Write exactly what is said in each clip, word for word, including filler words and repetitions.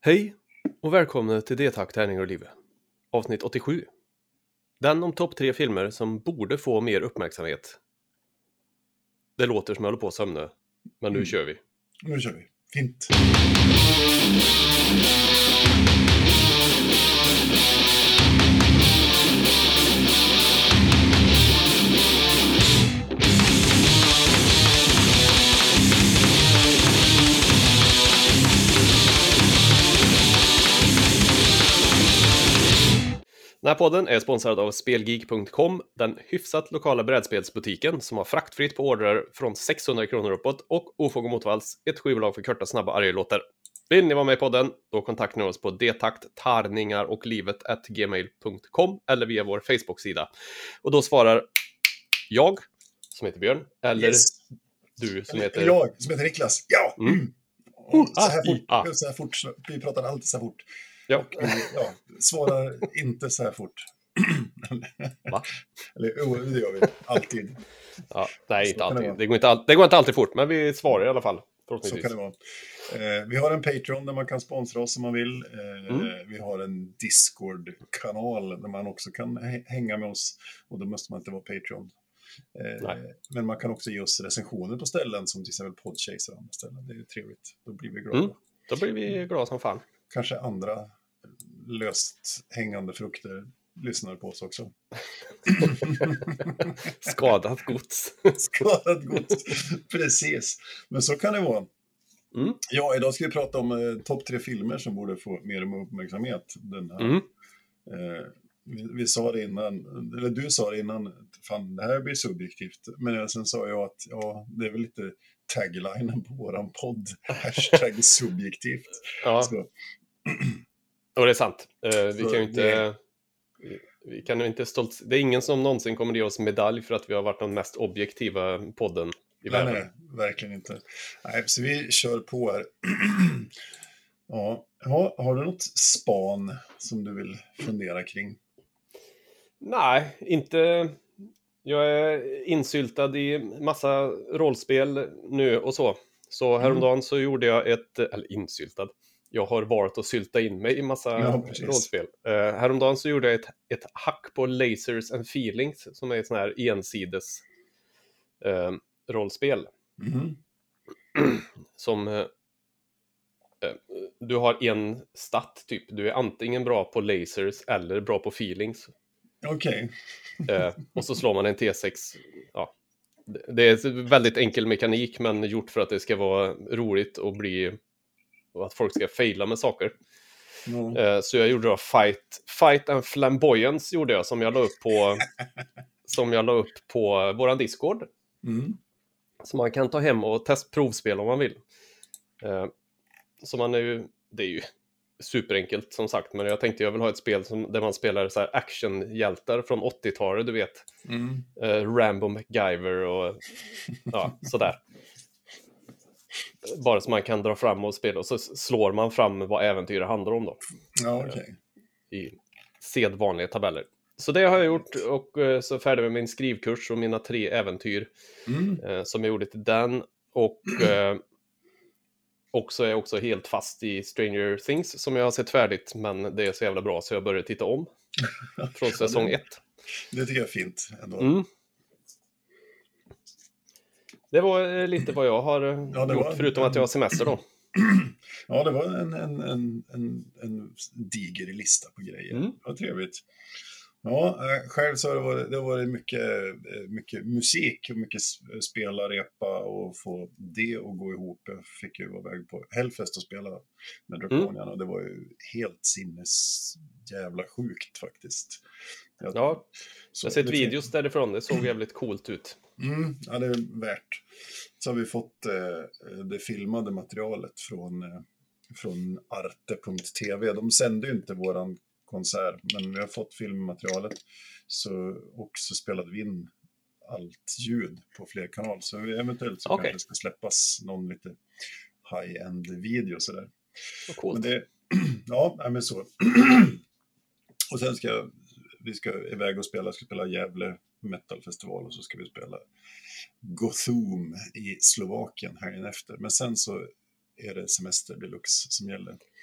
Hej och välkomna till D-Tack, Tärning och Livet. Avsnitt åttiosju. Den om topp tre filmer som borde få mer uppmärksamhet. Det låter som jag håller på att sömna, men nu Mm. kör vi. Nu kör vi. Fint. Den här podden är sponsrad av Spelgeek punkt com, den hyfsat lokala brädspelsbutiken som har fraktfritt på order från sexhundra kronor uppåt, och Ofog och Motvalls, ett skivbolag för korta, snabba arga-låtar. Vill ni vara med i podden, då kontaktar ni oss på detakt, tarningar och livet at gmail punkt com eller via vår Facebook-sida. Och då svarar jag, som heter Björn, eller Yes. du som Eller heter... jag, som heter Niklas. Ja! Mm. Och så här Ah, fort, ah. så här fort, så- vi pratar alltid så här fort. Ja. Och vi, ja, svarar inte så här fort. Va? Eller jo, det gör vi. Alltid. Ja, nej, Så inte kan det alltid. vara. Det går inte, all... det går inte alltid fort, men vi svarar i alla fall. Så kan det vara. Eh, vi har en Patreon där man kan sponsra oss om man vill. Eh, Mm. Vi har en Discord-kanal där man också kan hä- hänga med oss. Och då måste man inte vara Patreon. Eh, Nej. men man kan också ge oss recensioner på ställen som till exempel Podchaser och andra ställen. Det är ju trevligt. Då blir vi glada. Mm. Då blir vi glada som fan. Kanske andra löst hängande frukter lyssnar på oss också. Skadat gods. Skadat gods. Precis. Men så kan det vara. Mm. Ja, idag ska vi prata om eh, topp tre filmer som borde få mer uppmärksamhet. Den här. Mm. Eh, vi, vi sa det innan, eller du sa det innan, fan det här blir subjektivt. Men sen sa jag att ja, det är väl lite taglinen på våran podd. Hashtag subjektivt. Ja, Så, och det är sant. Eh, vi Så kan ju inte... det- Vi, vi kan ju inte stolt... Det är ingen som någonsin kommer ge oss medalj för att vi har varit den mest objektiva podden i nej, världen. nej, verkligen inte. Nej, så vi kör på här. Ja, ja, har du något span som du vill fundera kring? Nej, inte... Jag är insyltad i massa rollspel nu och så. Så häromdagen så gjorde jag ett... Eller insyltad. Jag har valt att sylta in mig i massa Ja, precis. rollspel. Uh, häromdagen så gjorde jag ett, ett hack på Lasers and Feelings, som är ett sån här ensides uh, rollspel. Mhm. Som uh, du har en stat typ. Du är antingen bra på lasers eller bra på feelings. Okej. Uh, och så slår man en T sex. Ja. Det- Det är en väldigt enkel mekanik, men gjort för att det ska vara roligt och bli... och att folk ska faila med saker. Ja. Eh, Så jag gjorde då Fight, Fight and Flamboyance gjorde jag, som jag la upp på som jag la upp på våran Discord. Mm. Så man kan ta hem och testprovspel om man vill. Eh, Så man är ju, det är ju superenkelt som sagt, men jag tänkte jag vill ha ett spel som, där man spelar så här actionhjältar från åttiotalet, du vet. Mm. Eh, Rambo, MacGyver och ja, sådär. Bara så man kan dra fram och spela, och så slår man fram vad äventyret handlar om då. Ja, okej. I sedvanliga tabeller. Så det har jag gjort, och eh, så färdig med min skrivkurs och mina tre äventyr Mm. eh, som jag gjorde till den. Och eh, också är jag också helt fast i Stranger Things som jag har sett färdigt, men det är så jävla bra så jag började titta om från säsong det- ett. Det tycker jag är fint ändå. Mm. Det var eh, lite vad jag har eh, Ja, det gjort, var- förutom att jag har semester då. Ja, det var en, en, en, en, en diger lista på grejer. Mm. Vad trevligt. Ja, eh, själv så har det varit, det har varit mycket, eh, mycket musik och mycket s- spela, repa och få det att gå ihop. Jag fick ju vara iväg på Hellfest och spela med Draconian och det var ju helt sinnes jävla sjukt faktiskt. Jag, Ja, så jag har sett det- videos därifrån, det såg jävligt coolt ut. Mm, ja, det är värt. Så har vi fått eh, det filmade materialet från, eh, från arte punkt tv. De sände ju inte våran konsert, men vi har fått filmmaterialet. Så, och så spelade vi in allt ljud på fler kanal. Så vi eventuellt så Okej. kanske det ska släppas någon lite high-end video sådär. Vad coolt. Men det, ja, nej, men så. Och sen ska jag, vi ska iväg och spela, ska spela Gävle metalfestival och så ska vi spela Gothum i Slovakien här efter. Men sen så är det semester deluxe som gäller.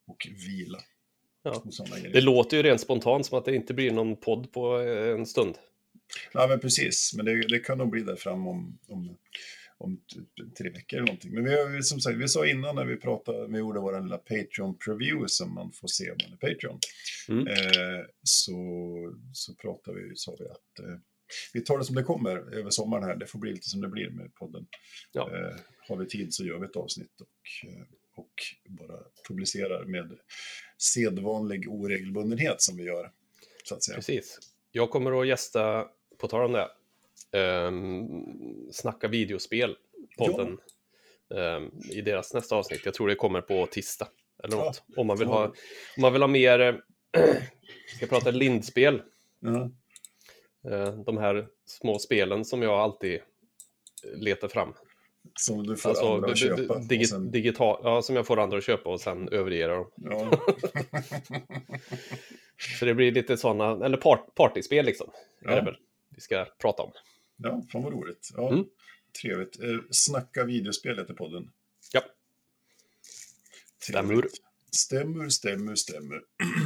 och vila. Ja. Och såna grejer. Det låter ju rent spontant som att det inte blir någon podd på en stund. Ja, men precis. Men det, det kan nog bli där fram om, om, om typ tre veckor eller någonting. Men vi har, som sagt, vi sa innan när vi pratade, vi gjorde vår lilla Patreon-preview som man får se om man är Patreon. Mm. Eh, så, så pratade vi, sa vi att eh, vi tar det som det kommer över sommaren här. Det får bli lite som det blir med podden. Ja. Eh, har vi tid så gör vi ett avsnitt och, eh, och bara publicerar med sedvanlig oregelbundenhet som vi gör, så att säga. Precis. Jag kommer att gästa, på tal om det, um, Snacka videospel, podden, ja. um, i deras nästa avsnitt. Jag tror det kommer på tisdag eller något. Ja. Om man vill ha, om man vill ha mer, äh, ska jag prata lindspel. Ja. Uh, de här små spelen som jag alltid letar fram. Som du får alltså, andra att köpa. Digi- sen... digital, ja, som jag får andra att köpa och sen överge dem. Ja. Så det blir lite sådana, eller part, partyspel liksom. Ja. Är det väl vi ska prata om. Ja, fan vad roligt. Ja, mm. Trevligt. Eh, snacka videospel heter podden. Ja. Stämmer. Stämmer, stämmer, stämmer.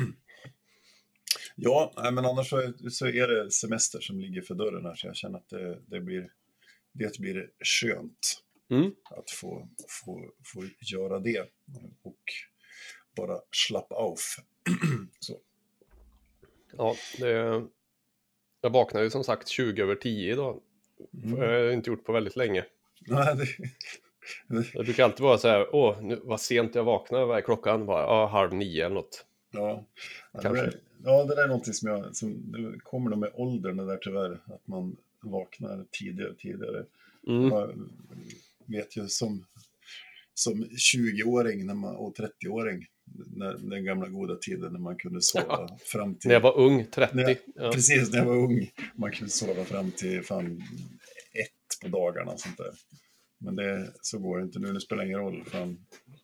Ja, men annars så är, så är det semester som ligger för dörren här, så jag känner att det, det blir det blir skönt mm. att få, få, få göra det och bara slappa av. Så. Ja, det, jag vaknade ju som sagt tjugo över tio idag. Mm. Jag har inte gjort på väldigt länge. Nej, det... Det brukar alltid vara så här, åh, nu, vad sent jag vaknar, vad är klockan? Bara, ja, halv nio eller något. Ja, ja, det, är, ja det där är någonting som jag, som, det kommer nog med åldern det där tyvärr, att man vaknar tidigare och tidigare. Mm. Man vet ju som, som tjugo-åring när man, och trettio-åring, när, den gamla goda tiden när man kunde sova ja. fram till... När jag var ung, trettio. Jag, ja. Precis, när jag var ung. Man kunde sova fram till fan ett på dagarna och sånt där. Men det, så går det inte nu, det spelar ingen roll. Fan.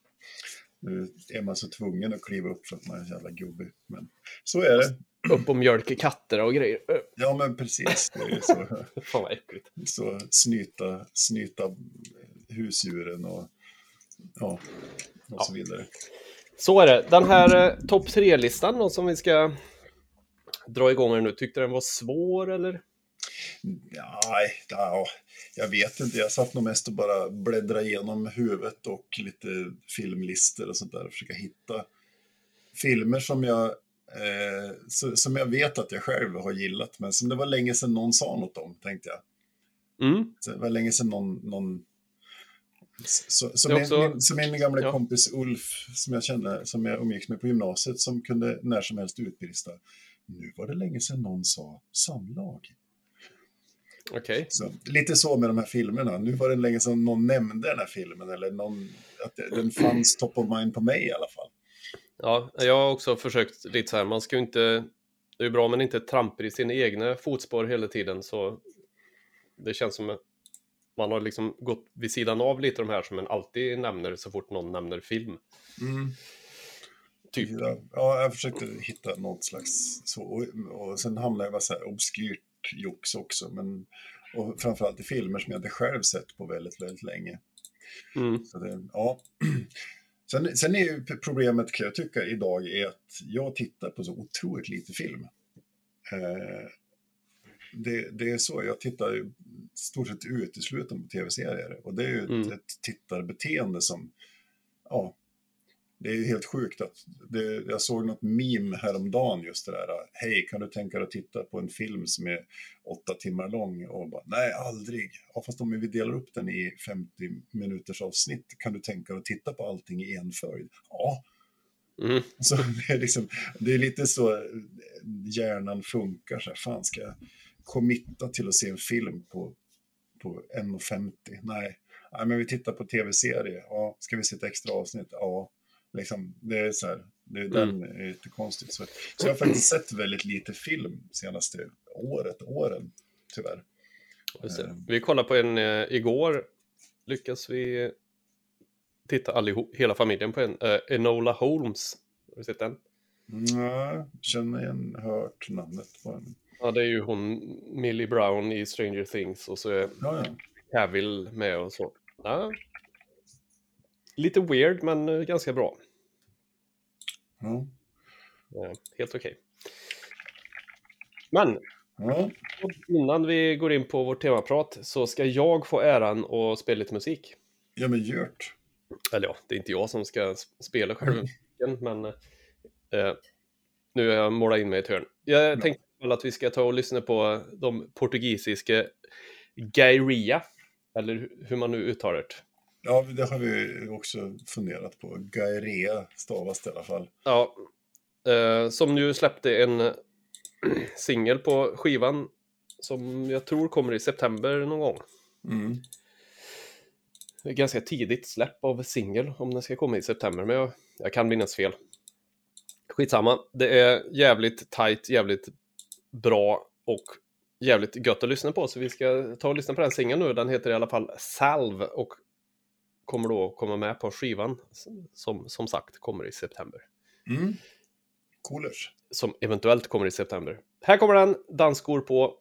Nu är man så tvungen att kliva upp för att man är jävla gubbig. Men så är det. Upp och mjölka katter och grejer. Ja, men precis. Det är så. Fan vad äckligt. Så snyta, snyta husdjuren och, ja, och ja. så vidare. Så är det. Den här eh, topp tre-listan då, som vi ska dra igång här nu. Tyckte den var svår eller? Ja, ja, jag vet inte. Jag satt nog mest och bara bläddra igenom huvudet och lite filmlistor och sånt där och försöka hitta filmer som jag, eh, så, som jag vet att jag själv har gillat, men som det var länge sedan någon sa något om, tänkte jag. Mm. Så det var länge sedan någon... någon så, som, också, min, min, som min gamla ja. kompis Ulf, som jag kände, som jag umgicks med på gymnasiet, som kunde när som helst utbrista. Nu var det länge sedan någon sa samlag. Okay. Så, lite så med de här filmerna. Nu var det länge sedan någon nämnde den här filmen, eller någon, att den fanns top of mind på mig i alla fall. Ja, jag har också försökt lite så här, man ska ju inte, det är ju bra men inte trampar i sina egna fotspår hela tiden, så det känns som att man har liksom gått vid sidan av lite de här som man alltid nämner så fort någon nämner film. Mm. Typ. Ja, ja, jag försökte hitta något slags så, och, och sen hamnade jag bara så här obskyrt jox också, men och framförallt i filmer som jag inte själv sett på väldigt, väldigt länge. Mm. Så det, ja. Sen, sen är ju problemet, kan jag tycka, idag är att jag tittar på så otroligt lite film. Eh, det, det är så, jag tittar ju stort sett uteslutande på tv-serier, och det är ju mm. ett, ett tittarbeteende som, ja, det är ju helt sjukt att det, jag såg något meme häromdagen just det där. Hej, kan du tänka dig att titta på en film som är åtta timmar lång? Och bara, nej, aldrig. Ja, fast om vi delar upp den i femtio minuters avsnitt, kan du tänka dig att titta på allting i en följd? Ja. Mm. Så det är, liksom, det är lite så hjärnan funkar. Så här, fan, ska jag committa till att se en film på, på en femtio? Nej. nej, men vi tittar på tv-serie. Ja, ska vi se ett extra avsnitt? Ja. Liksom, det är så här, det är, den Mm. är lite konstigt. Så, så jag har faktiskt sett väldigt lite film senaste året, åren, tyvärr. Just det. Vi kollade på en eh, igår, lyckas vi titta allihop, hela familjen på en, eh, Enola Holmes. Har du sett den? Nej, känner igen, hört namnet på den. Ja, det är ju hon, Millie Brown i Stranger Things, och så är Ja, ja. Cavill med och så. Ja. Lite weird, men ganska bra. Ja. Eh, helt okej. Men Ja. innan vi går in på vårt temaprat så ska jag få äran att spela lite musik. Ja, men gjort. Eller ja, det är inte jag som ska spela själva musiken, men eh, nu har jag målat in mig i ett hörn. Jag Ja. tänkte att vi ska ta och lyssna på de portugisiska Gairia, eller hur man nu uttalar det. Ja, det har vi också funderat på. Gairea stavas det i alla fall. Ja, eh, som nu släppte en singel på skivan som jag tror kommer i september någon gång. Mm. Det är ganska tidigt släpp av singel om den ska komma i september, men jag, jag kan minnas fel. Skitsamma, det är jävligt tight, jävligt bra och jävligt gött att lyssna på, så vi ska ta och lyssna på den singeln nu. Den heter i alla fall Salve och kommer då komma med på skivan som, som sagt kommer i september. Mm. Coolers. Som eventuellt kommer i september. Här kommer den, dansskor på.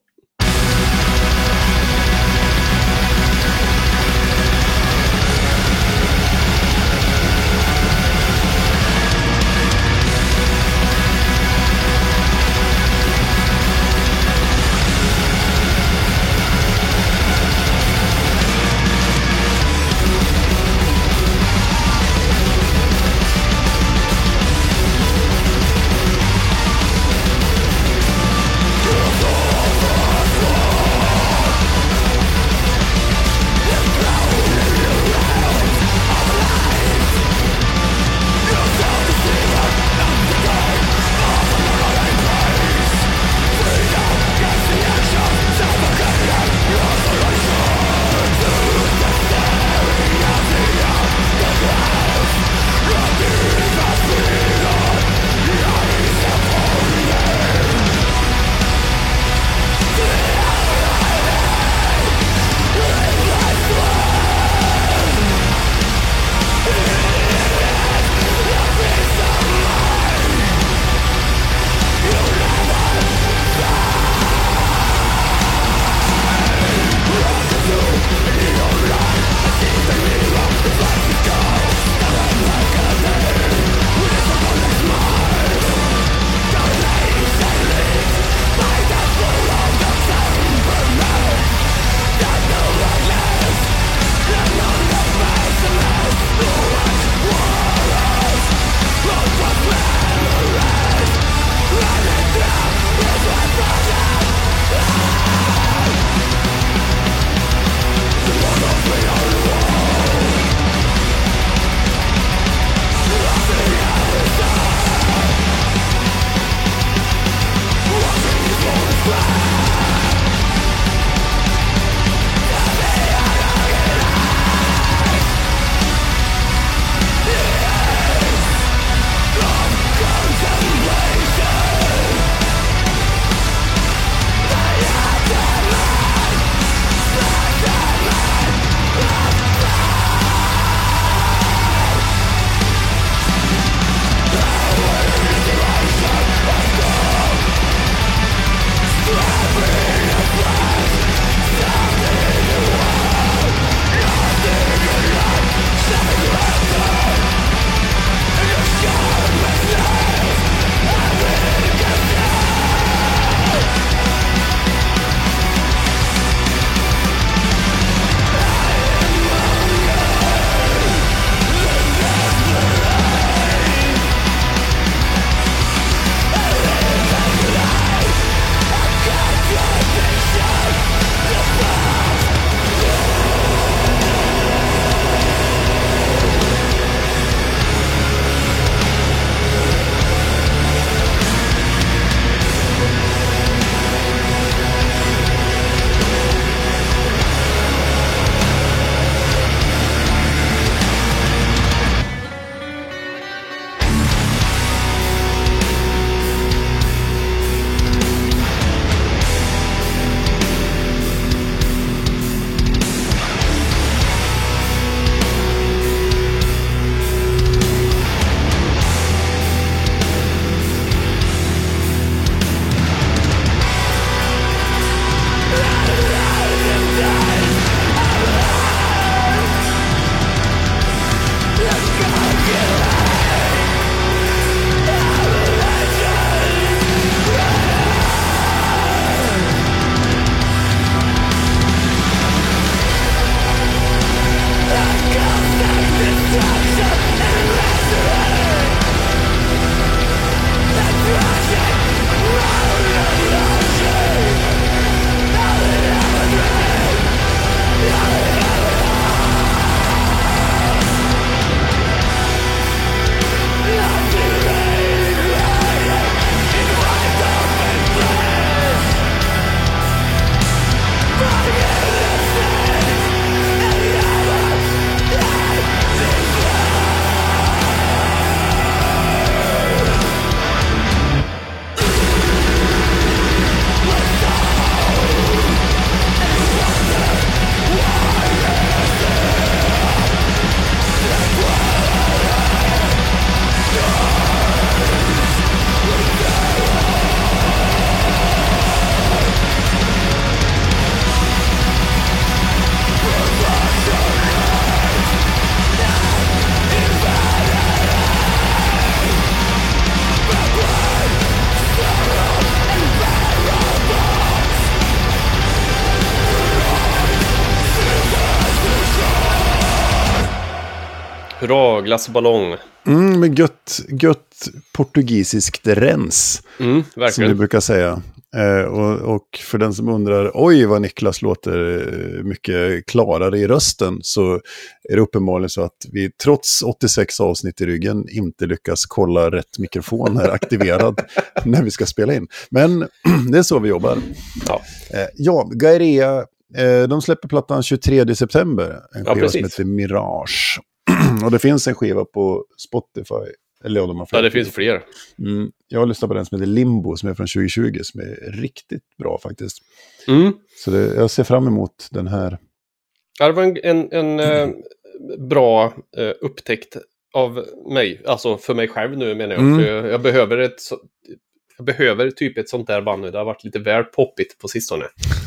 Hurra, glass och ballong. Mm, med gött, gött portugisiskt rens. Mm, verkligen. Som vi brukar säga. Eh, och, och för den som undrar, oj vad Niklas låter mycket klarare i rösten, så är det uppenbarligen så att vi trots åttiosex avsnitt i ryggen inte lyckas kolla rätt mikrofon är aktiverad när vi ska spela in. Men det är så vi jobbar. Ja, eh, ja Gaerea, eh, de släpper plattan tjugotredje september. En skiva ja, som heter Mirage. Och det finns en skiva på Spotify. Eller ja, de har ja, det finns fler. Mm, jag har lyssnat på den som heter Limbo som är från tjugo tjugo som är riktigt bra faktiskt. Mm. Så det, jag ser fram emot den här. Ja, det var en, en, en mm. eh, bra eh, upptäckt av mig. Alltså för mig själv nu menar jag. Mm. För jag, jag, behöver ett, jag behöver typ ett sånt där band nu. Det har varit lite väl poppigt på sistone.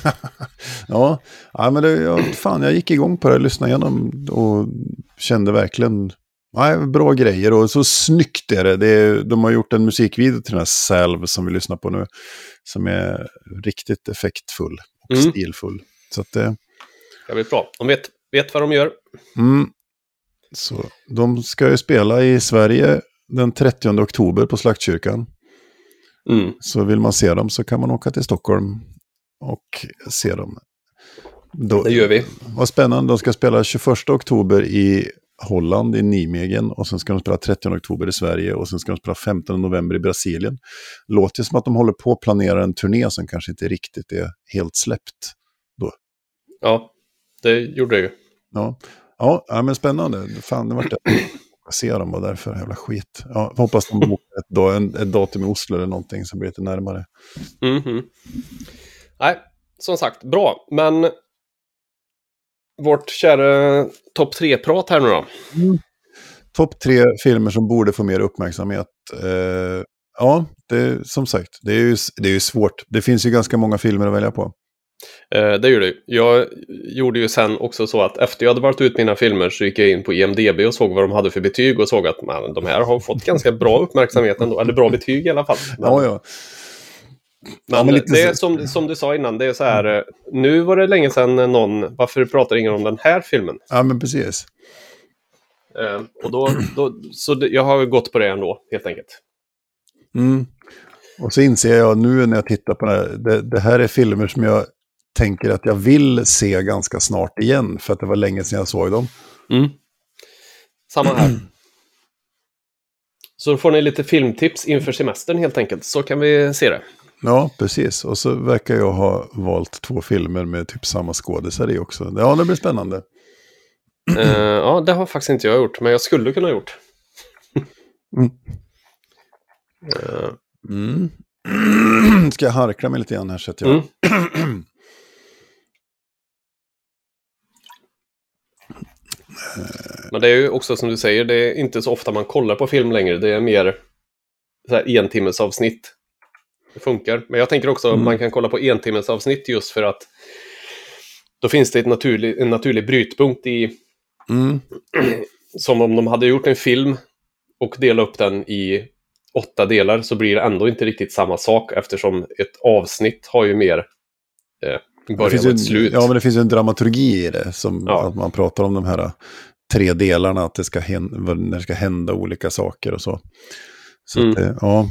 ja, ja, men det, jag, fan, jag gick igång på det, lyssnade igenom och kände verkligen... Nej, bra grejer och så snyggt är det. det är, de har gjort en musikvideo till den här Salve som vi lyssnar på nu. Som är riktigt effektfull och mm. stilfull. Så att det... Det blir bra. De vet, vet vad de gör. Mm. Så de ska ju spela i Sverige den trettionde oktober på Slaktkyrkan. Mm. Så vill man se dem så kan man åka till Stockholm och se dem. Då, det gör vi. Vad spännande. De ska spela tjugoförsta oktober i Holland i Nijmegen och sen ska de spela trettionde oktober i Sverige och sen ska de spela femtonde november i Brasilien. Låter som att de håller på att planera en turné som kanske inte riktigt är helt släppt då. Ja, det gjorde det ju. Ja, ja men spännande. Fan, det var det. Jag ser dem och därför jävla skit. Ja, hoppas de bokar ett, dag, en, ett datum i Oslo eller någonting som blir lite närmare. Mm-hmm. Nej, som sagt, bra. Men vårt kära topp tre-prat här nu då. Mm. Topp tre filmer som borde få mer uppmärksamhet. Eh, ja, det, som sagt, det är, ju, det är ju svårt. Det finns ju ganska många filmer att välja på. Eh, det gjorde det. Jag gjorde ju sen också så att efter jag hade varit ut mina filmer så gick jag in på I M D B och såg vad de hade för betyg och såg att man, de här har fått ganska bra uppmärksamhet ändå. Eller bra betyg i alla fall. Men, ja, ja. Men, ja, men lite... det är som, som du sa innan, det är så här, nu var det länge sedan någon, varför pratar ingen om den här filmen? Ja, men precis. Eh, och då, då, så det, jag har gått på det ändå, helt enkelt. Mm. Och så inser jag nu när jag tittar på det här, det, det här är filmer som jag tänker att jag vill se ganska snart igen, för att det var länge sedan jag såg dem. Mm. Samma här. Så får ni lite filmtips inför semestern helt enkelt, så kan vi se det. Ja, precis. Och så verkar jag ha valt två filmer med typ samma skådisar i också. Ja, det blir spännande. Uh, ja, det har faktiskt inte jag gjort, men jag skulle kunna ha gjort. mm. Uh. Mm. Ska jag harkla mig lite grann här så att jag... Mm. Men det är ju också som du säger, det är inte så ofta man kollar på film längre. Det är mer så här en timmes avsnitt. Det funkar. Men jag tänker också mm. att man kan kolla på en timmes avsnitt just för att då finns det ett naturlig, en naturlig brytpunkt i mm. som om de hade gjort en film och delat upp den i åtta delar så blir det ändå inte riktigt samma sak eftersom ett avsnitt har ju mer eh, början och ett slut. Ja, men det finns ju en dramaturgi i det som ja. Att man pratar om de här tre delarna, att det ska hända, när det ska hända olika saker och så. Så mm. att det, ja.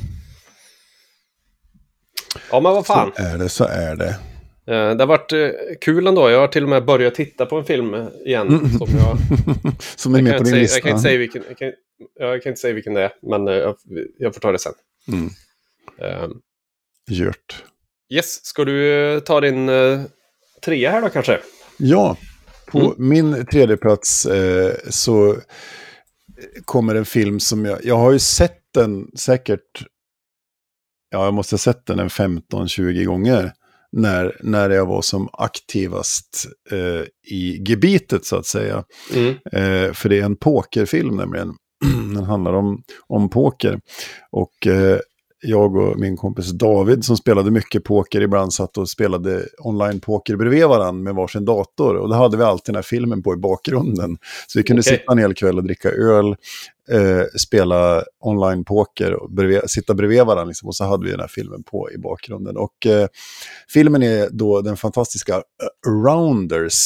Ja, men vad fan. Så är det, så är det. Det har varit kul ändå. Jag har till och med börjat titta på en film igen. Mm. Som, jag, som är med på din säga, lista. Jag kan, inte säga vilken, jag, kan, jag kan inte säga vilken det är, men jag, jag får ta det sen. Mm. Um, Gjort. Yes, ska du ta din uh, trea här då kanske? Ja, på mm. min tredje plats eh, så kommer en film som jag... Jag har ju sett den säkert... Ja, jag måste ha sett den en femton tjugo gånger. När, när jag var som aktivast eh, i gebitet så att säga. Mm. Eh, för det är en pokerfilm nämligen. Den handlar om, om poker. Och eh, jag och min kompis David som spelade mycket poker ibland satt och spelade online-poker bredvid varandra med varsin dator. Och då hade vi alltid den här filmen på i bakgrunden. Så vi kunde okay. sitta en hel kväll och dricka öl. Eh, spela online-poker och bredvid, sitta bredvid varandra liksom, och så hade vi den här filmen på i bakgrunden och eh, filmen är då den fantastiska uh, Rounders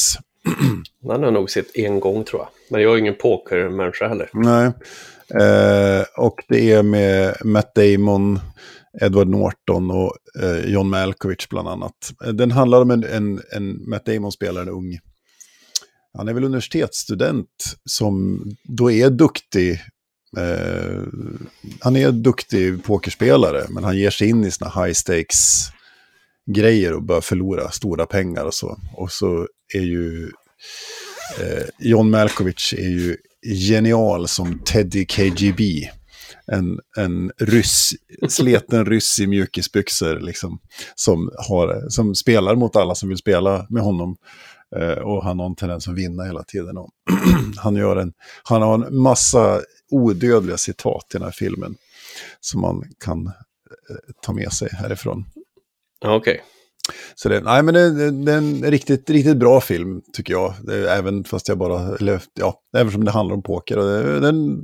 Den har jag nog sett en gång tror jag. Men jag är ingen pokermänniska heller. Nej. Eh, och det är med Matt Damon, Edward Norton och eh, John Malkovich bland annat. Den handlar om en, en, en Matt Damon spelar en ung, han är väl universitetsstudent som då är duktig. Eh, han är duktig pokerspelare, men han ger sig in i såna high stakes grejer och börjar förlora stora pengar och så. Och så är ju eh, John Malkovich är ju genial som Teddy K G B. En, en ryss, sleten ryss i mjukisbyxor liksom, som, har, som spelar mot alla som vill spela med honom. Eh, och han har en tendens att vinna hela tiden. Och han, gör en, han har en massa odödliga citat i den här filmen som man kan eh, ta med sig härifrån. Ja, okej. Okay. Så det, nej, men det, det är en riktigt, riktigt bra film tycker jag. Det är, även fast jag bara, eller, ja, även som det handlar om poker. Och det, den,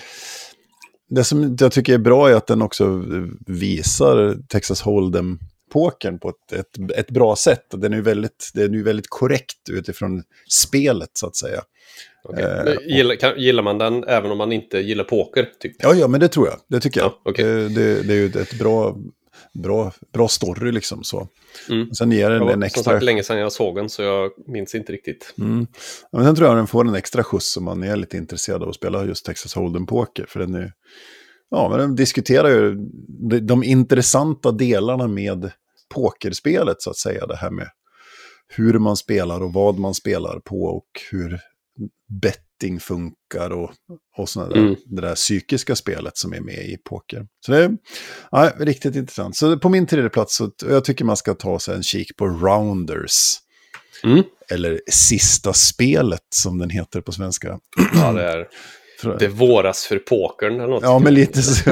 det som jag tycker är bra är att den också visar Texas Hold'em-pokern på ett, ett, ett bra sätt. Och den är ju väldigt, den är ju väldigt korrekt utifrån spelet så att säga. Okay. Eh, gillar, kan, gillar man den även om man inte gillar poker? Typ? Ja, ja, men det tror jag. Det tycker jag. Ja, okay. det, det, det är ju ett bra... Bra, bra story liksom så. Mm. Sen ger den en extra... Som sagt, länge sedan jag såg den så jag minns inte riktigt. Mm. Ja, men sen tror jag den får en extra skjuts om man är lite intresserad av att spela just Texas Hold'em poker. För den är... Ja, men den diskuterar ju de, de intressanta delarna med pokerspelet så att säga. Det här med hur man spelar och vad man spelar på och hur betting funkar och, och sådana där, mm. det där psykiska spelet som är med i poker. Så det är ja, riktigt intressant. Så på min tredje plats så jag tycker man ska ta sig en kik på Rounders. Mm. Eller Sista spelet som den heter på svenska. Ja, det är det våras för pokern eller något. Ja, men lite så.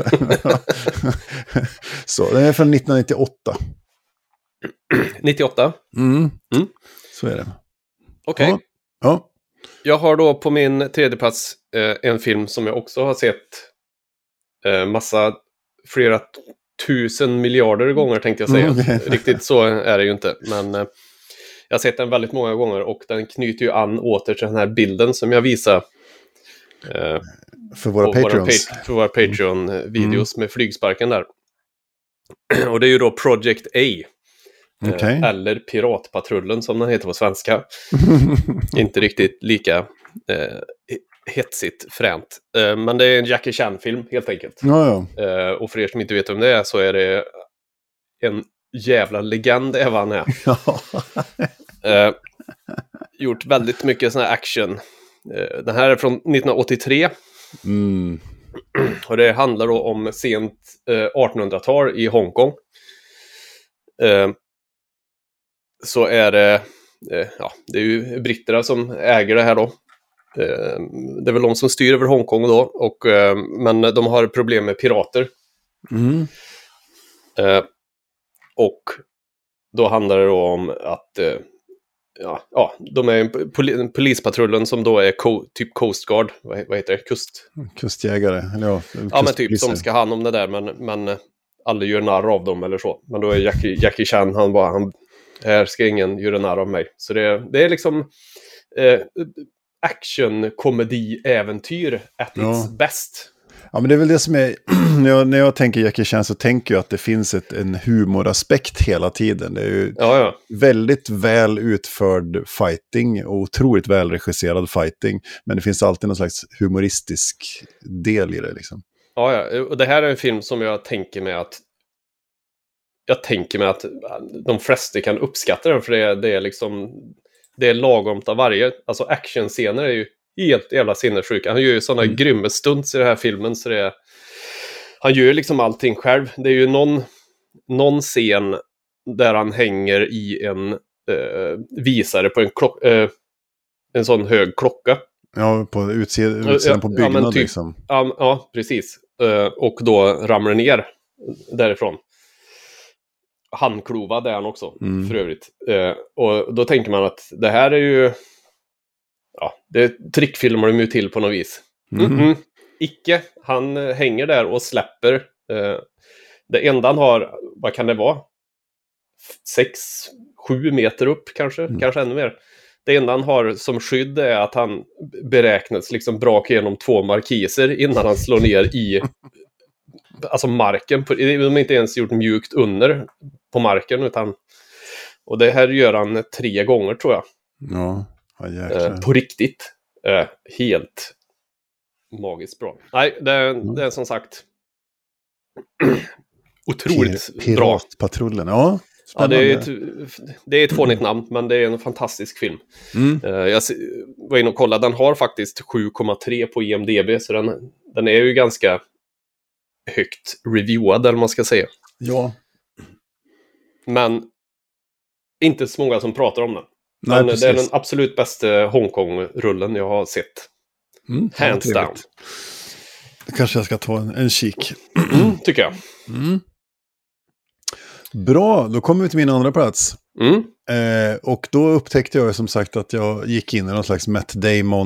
Så, den är från nittonhundranittioåtta. nittioåtta? Mm. Mm. Så är det. Okej. Okay. Ja. Ja. Jag har då på min tredje plats eh, en film som jag också har sett eh, massa, flera tusen miljarder gånger tänkte jag säga. Mm. Riktigt så är det ju inte. Men eh, jag har sett den väldigt många gånger och den knyter ju an åter till den här bilden som jag visar eh, för våra Patreons. Våra, för våra Patreon-videos mm. med flygsparken där. Och det är ju då Project A. Okay. Eller Piratpatrullen som den heter på svenska. Inte riktigt lika eh, hetsigt fränt. Eh, men det är en Jackie Chan-film helt enkelt. Ja, ja. Eh, och för er som inte vet om det är så är det en jävla legend är vad han är. Ja. eh, gjort väldigt mycket sån här action. Eh, den här är från nittonhundraåttiotre. Mm. Och det handlar då om sent eh, artonhundratal i Hongkong. Eh, så är det, eh, ja, det är ju britterna som äger det här då. Eh, det är väl de som styr över Hongkong då, och, eh, men de har problem med pirater. Mm. Eh, och då handlar det då om att eh, ja, ja, de är pol- polispatrullen som då är co- typ Coast Guard, vad, vad heter det? Kust... Kustjägare, eller ja, ja, men typ som ska ha hand om det där, men, men alla gör narr av dem eller så. Men då är Jackie, Jackie Chan, han bara, han, här ska ingen göra narr av mig. Så det, det är liksom eh, action, komedi, äventyr at ja. its best. Ja, men det är väl det som är, när jag, när jag tänker Jackie Chan så tänker jag att det finns ett, en humoraspekt hela tiden. Det är ju ja, ja. väldigt väl utförd fighting och otroligt välregisserad fighting. Men det finns alltid någon slags humoristisk del i det liksom. Ja, ja, och det här är en film som jag tänker mig att jag tänker mig att de flesta kan uppskatta den, för det är, det är liksom det är lagomt av varje. Alltså actionscener är ju helt jävla sinnessjuka. Han gör ju sådana mm. grymma stunts i den här filmen, så det är, han gör ju liksom allting själv. Det är ju någon, någon scen där han hänger i en eh, visare på en klock, eh, en sån hög klocka. Ja, på utsidan, utsidan på byggnad ja, typ, liksom. Ja, ja, precis. Uh, och då ramlar ner därifrån. Handklovad är han också, mm. för övrigt. Uh, och då tänker man att det här är ju... Ja, det trickfilmar de ju till på något vis. Mm. Mm-hmm. Icke, han hänger där och släpper. Uh, det enda han har, vad kan det vara? Sex, sju meter upp kanske, mm. kanske ännu mer. Det enda han har som skydd är att han beräknas liksom braka igenom två markiser innan han slår ner i alltså marken. De har inte ens gjort mjukt under på marken, utan och det här gör han tre gånger tror jag. Ja, ja eh, på riktigt. Eh, helt magiskt bra. Nej, det, mm. det är som sagt otroligt Pir- bra. Piratpatrullen, ja. Ja, det är, ett, det är ett fånigt namn, men det är en fantastisk film. Mm. Uh, jag var inne och kollade, den har faktiskt sju komma tre på I M D B, så den, den är ju ganska högt reviewad, eller man ska säga. Ja. Men inte så många som pratar om den. Nej, men det är den absolut bästa Hongkong-rullen jag har sett. Mm, Hands down. Kanske jag ska ta en, en kik. Mm, tycker jag. Mm. Bra, då kommer vi till min andra plats. Mm. Eh, och då upptäckte jag som sagt att jag gick in i någon slags Matt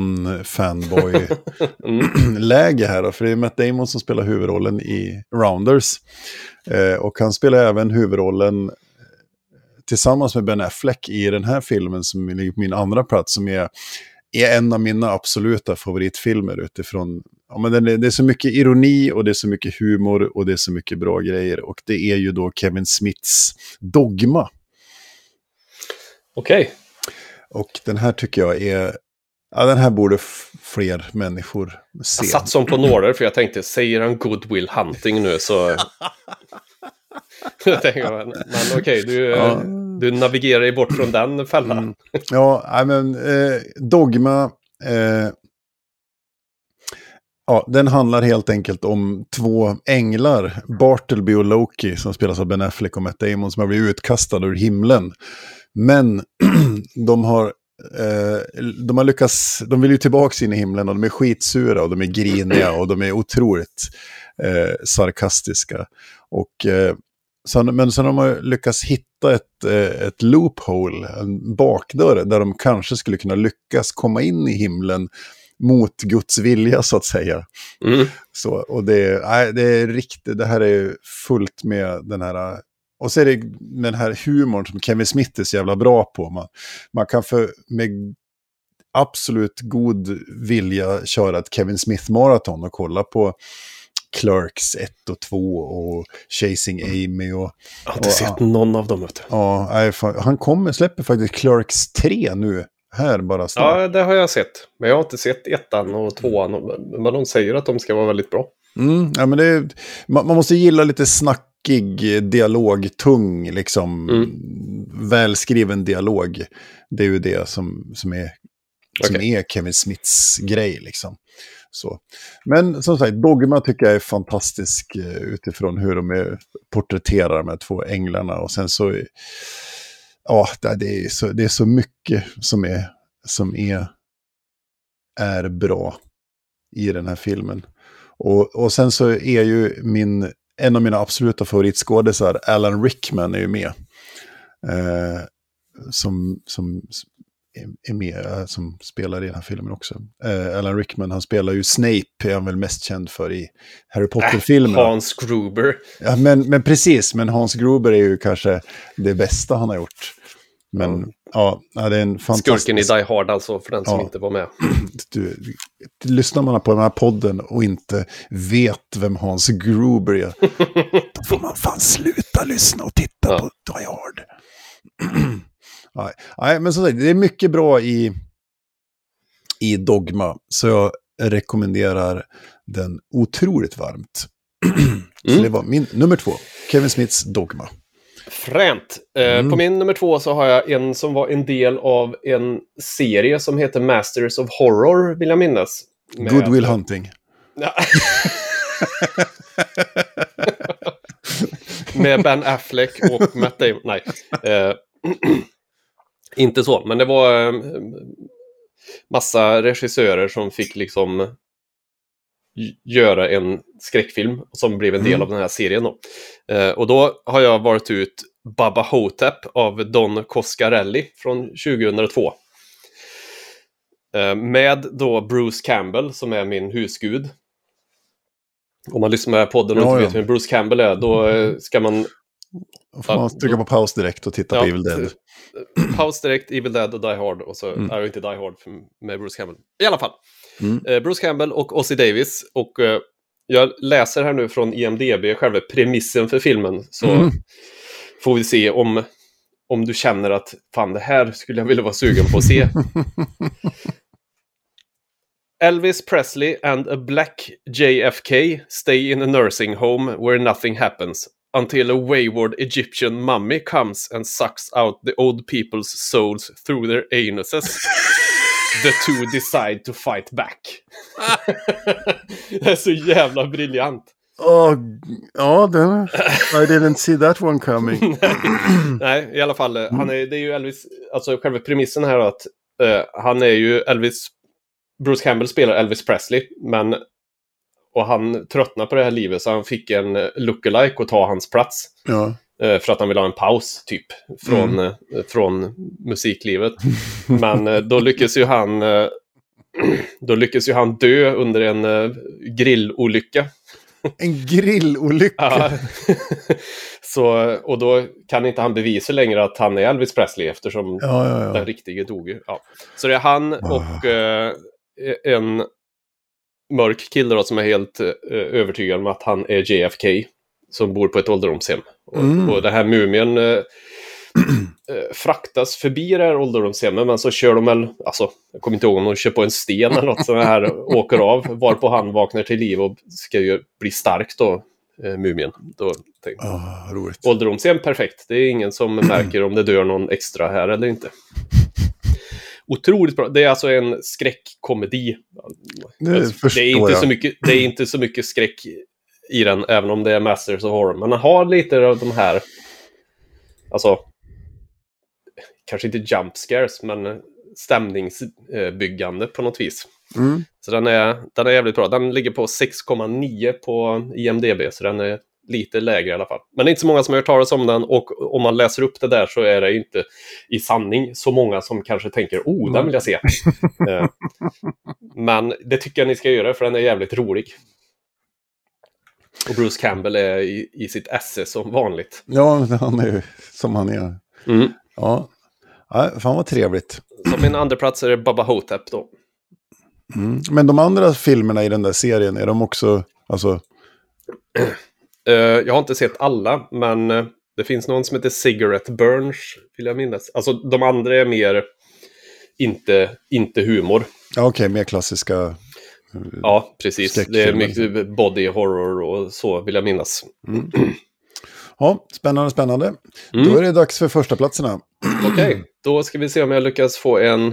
Damon-fanboy-läge här. Då, för det är Matt Damon som spelar huvudrollen i Rounders. Eh, och han spelar även huvudrollen tillsammans med Ben Affleck i den här filmen som är min andra plats, som är, är en av mina absoluta favoritfilmer utifrån. Ja, men det är, det är så mycket ironi och det är så mycket humor och det är så mycket bra grejer. Och det är ju då Kevin Smiths Dogma. Okej. Okay. Och den här tycker jag är... Ja, den här borde f- fler människor se. Jag satt som på nålar för jag tänkte, säger han Good Will Hunting nu så... jag tänkte, men, men okej, okay, du, ja. du navigerar ju bort från den fällan. Mm. Ja, men eh, Dogma... Eh, Ja, den handlar helt enkelt om två änglar, Bartleby och Loki, som spelas av Ben Affleck och Matt Damon, som har blivit utkastade ur himlen. Men de har, eh, de har lyckats, de vill ju tillbaka in i himlen och de är skitsura och de är griniga och de är otroligt eh, sarkastiska. Och, eh, så, men sen har de lyckats hitta ett, eh, ett loophole, en bakdörr, där de kanske skulle kunna lyckas komma in i himlen mot Guds vilja så att säga. Mm. Så, och det, nej, det är riktigt, det här är fullt med den här, och så är det den här humorn som Kevin Smith är så jävla bra på. Man, man kan för, med absolut god vilja köra ett Kevin Smith-maraton och kolla på Clerks ett och två och Chasing Amy. Och, jag har inte och, sett någon av dem. Vet du. Ja, nej, han kommer, släpper faktiskt Clerks tre nu. Här bara snart. Ja, det har jag sett. Men jag har inte sett ettan och tvåan. Men de säger att de ska vara väldigt bra. Mm, ja, men det är, man, man måste gilla lite snackig dialog, tung, liksom, mm. välskriven dialog. Det är ju det som, som, är, som okay. är Kevin Smiths grej, liksom. Så. Men som sagt, Dogma tycker jag är fantastisk utifrån hur de är, porträtterar de här två änglarna. Och sen så... Ja, det är, så, det är så mycket som är, som är, är bra i den här filmen. Och, och sen så är ju min, en av mina absoluta favoritskådisar, Alan Rickman, är ju med. Eh, som, som är med, som spelar i den här filmen också. Eh, Alan Rickman, han spelar ju Snape, är han väl mest känd för i Harry Potter-filmerna. Äh, Hans Gruber. Ja, men, men precis, men Hans Gruber är ju kanske det bästa han har gjort. Men mm. ja, det är en fantastisk... Skurken i Die Hard alltså, för den som ja. inte var med. Du, lyssnar man på den här podden och inte vet vem Hans Gruber är, då får man fan sluta lyssna och titta ja. på Die Hard. Nej, nej, men så sagt, det är mycket bra i, i Dogma, så jag rekommenderar den otroligt varmt. Så mm. det var min nummer två, Kevin Smiths Dogma. Fränt. Mm. Eh, på min nummer två så har jag en som var en del av en serie som heter Masters of Horror, vill jag minnas. Med... Good Will Hunting. Ja. Med Ben Affleck och Matt Damon. Nej. Eh, inte så, men det var eh, massa regissörer som fick liksom göra en skräckfilm som blev en del mm. av den här serien då. Eh, och då har jag varit ut Baba Hotep av Don Coscarelli från tjugohundratvå. Eh, med då Bruce Campbell som är min husgud. Om man lyssnar på podden och ja, inte vet ja. vem Bruce Campbell är, då ska man... Får man trycka på paus direkt och titta ja, på Evil Dead. paus direkt, Evil Dead och Die Hard. Och så Mm. är det inte Die Hard med Bruce Campbell. I alla fall. Mm. Eh, Bruce Campbell och Ossie Davis. Och eh, jag läser här nu från I M D B, själva premissen för filmen. Så Mm. får vi se om, om du känner att fan, det här skulle jag vilja vara sugen på att se. Elvis Presley and a black J F K stay in a nursing home where nothing happens until a wayward Egyptian mummy comes and sucks out the old people's souls through their anuses. The two decide to fight back. Det är så jävla briljant. Oh, ja, den, I didn't see that one coming. Nej, i alla fall, han är, det är ju Elvis, alltså själva premissen här att uh, han är ju Elvis, Bruce Campbell spelar Elvis Presley, men och han tröttnar på det här livet så han fick en lookalike och ta hans plats. Ja. Uh, för att han vill ha en paus typ från, mm. uh, från musiklivet. Men uh, då lyckas ju han uh, då lyckas ju han dö under en uh, grillolycka. En grillolycka? Ja. Så, och då kan inte han bevisa längre att han är Elvis Presley eftersom ja, ja, ja. den riktige dog. Ja. Så det är han och uh, en mörk kille då, som är helt uh, övertygad om att han är J F K som bor på ett ålderdomshem. Mm. Och, och den här mumien uh, fraktas förbi det här ålderdomshemmet, men så kör de väl, alltså jag kommer inte ihåg om de kör på en sten eller något sånt här, åker av, varpå han vaknar till liv och ska ju bli stark då, eh, mumien. Då tänkte jag, oh, roligt. Ålderdomshem, perfekt. Det är ingen som märker om det dör någon extra här eller inte. Otroligt bra. Det är alltså en skräckkomedi. Det, alltså, det, är inte så mycket, det är inte så mycket skräck i den, även om det är Masters of Horror. Men den har lite av de här, alltså kanske inte jump scares, men stämningsbyggande på något vis. Mm. Så den är, den är jävligt bra. Den ligger på sex komma nio på I M D B, så den är lite lägre i alla fall. Men det är inte så många som har hört talas om den, och om man läser upp det där så är det inte i sanning så många som kanske tänker, oh, den vill jag se. Men det tycker jag ni ska göra, för den är jävligt rolig. Och Bruce Campbell är i, i sitt esse som vanligt. Ja, han är ju som han är. Mm. Ja. Ja, fan vad trevligt. Som min andra plats är det Bubba Hotep då. Mm. Men de andra filmerna i den där serien, är de också, alltså... uh, jag har inte sett alla, men uh, det finns någon som heter Cigarette Burns, vill jag minnas. Alltså de andra är mer inte, inte humor. Ja, okej, okay, mer klassiska... Uh, ja, precis. Det är mycket body horror och så, vill jag minnas. Mm. Ja, spännande, spännande. Mm. Då är det dags för första platserna. Okej, okay, då ska vi se om jag lyckas få en...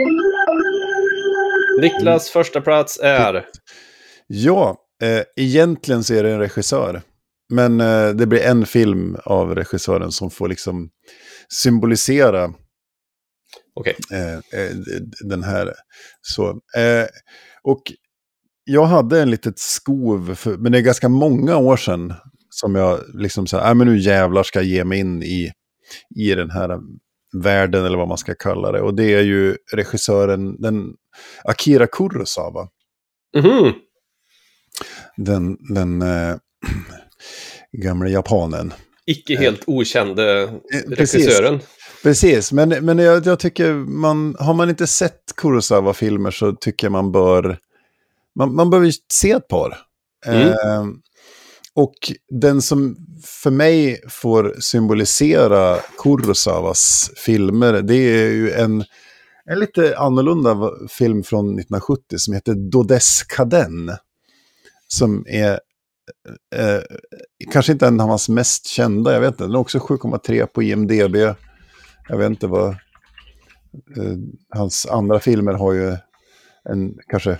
Niklas första plats är... Ja, eh, egentligen så är det en regissör. Men eh, det blir en film av regissören som får liksom symbolisera okay. eh, eh, den här. Så, eh, och jag hade en litet skov, för, men det är ganska många år sedan som jag liksom så här, äh, men nu jävlar ska jag ge mig in i, i den här världen, eller vad man ska kalla det. Och det är ju regissören, den Akira Kurosawa. Mm-hmm. Den, den äh, gamla japanen. Icke helt äh, okände regissören. Precis, precis. men, men jag, jag tycker, man, har man inte sett Kurosawa-filmer så tycker jag man bör, man, man bör se ett par. Mm. Äh, Och den som för mig får symbolisera Kurosawas filmer, det är ju en, en lite annorlunda film från nittonhundrasjuttio som heter Dodeskaden. Som är eh, kanske inte en av hans mest kända, jag vet inte. Den är också sju komma tre på I M D B. Jag vet inte vad... Eh, hans andra filmer har ju en kanske...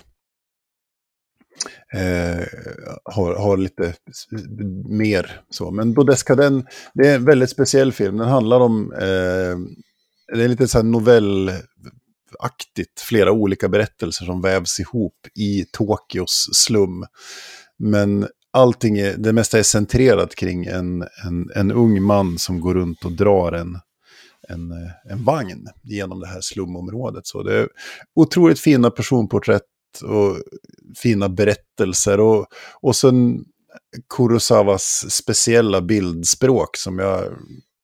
Eh, har, har lite mer så. Men Dodeskaden, det är en väldigt speciell film. Den handlar om eh, det är lite så här novellaktigt, flera olika berättelser som vävs ihop i Tokyos slum. Men allting är, det mesta är centrerat kring en, en, en ung man som går runt och drar en, en, en vagn genom det här slumområdet. Så det är otroligt fina personporträtt och fina berättelser, och, och sen Kurosawas speciella bildspråk som jag,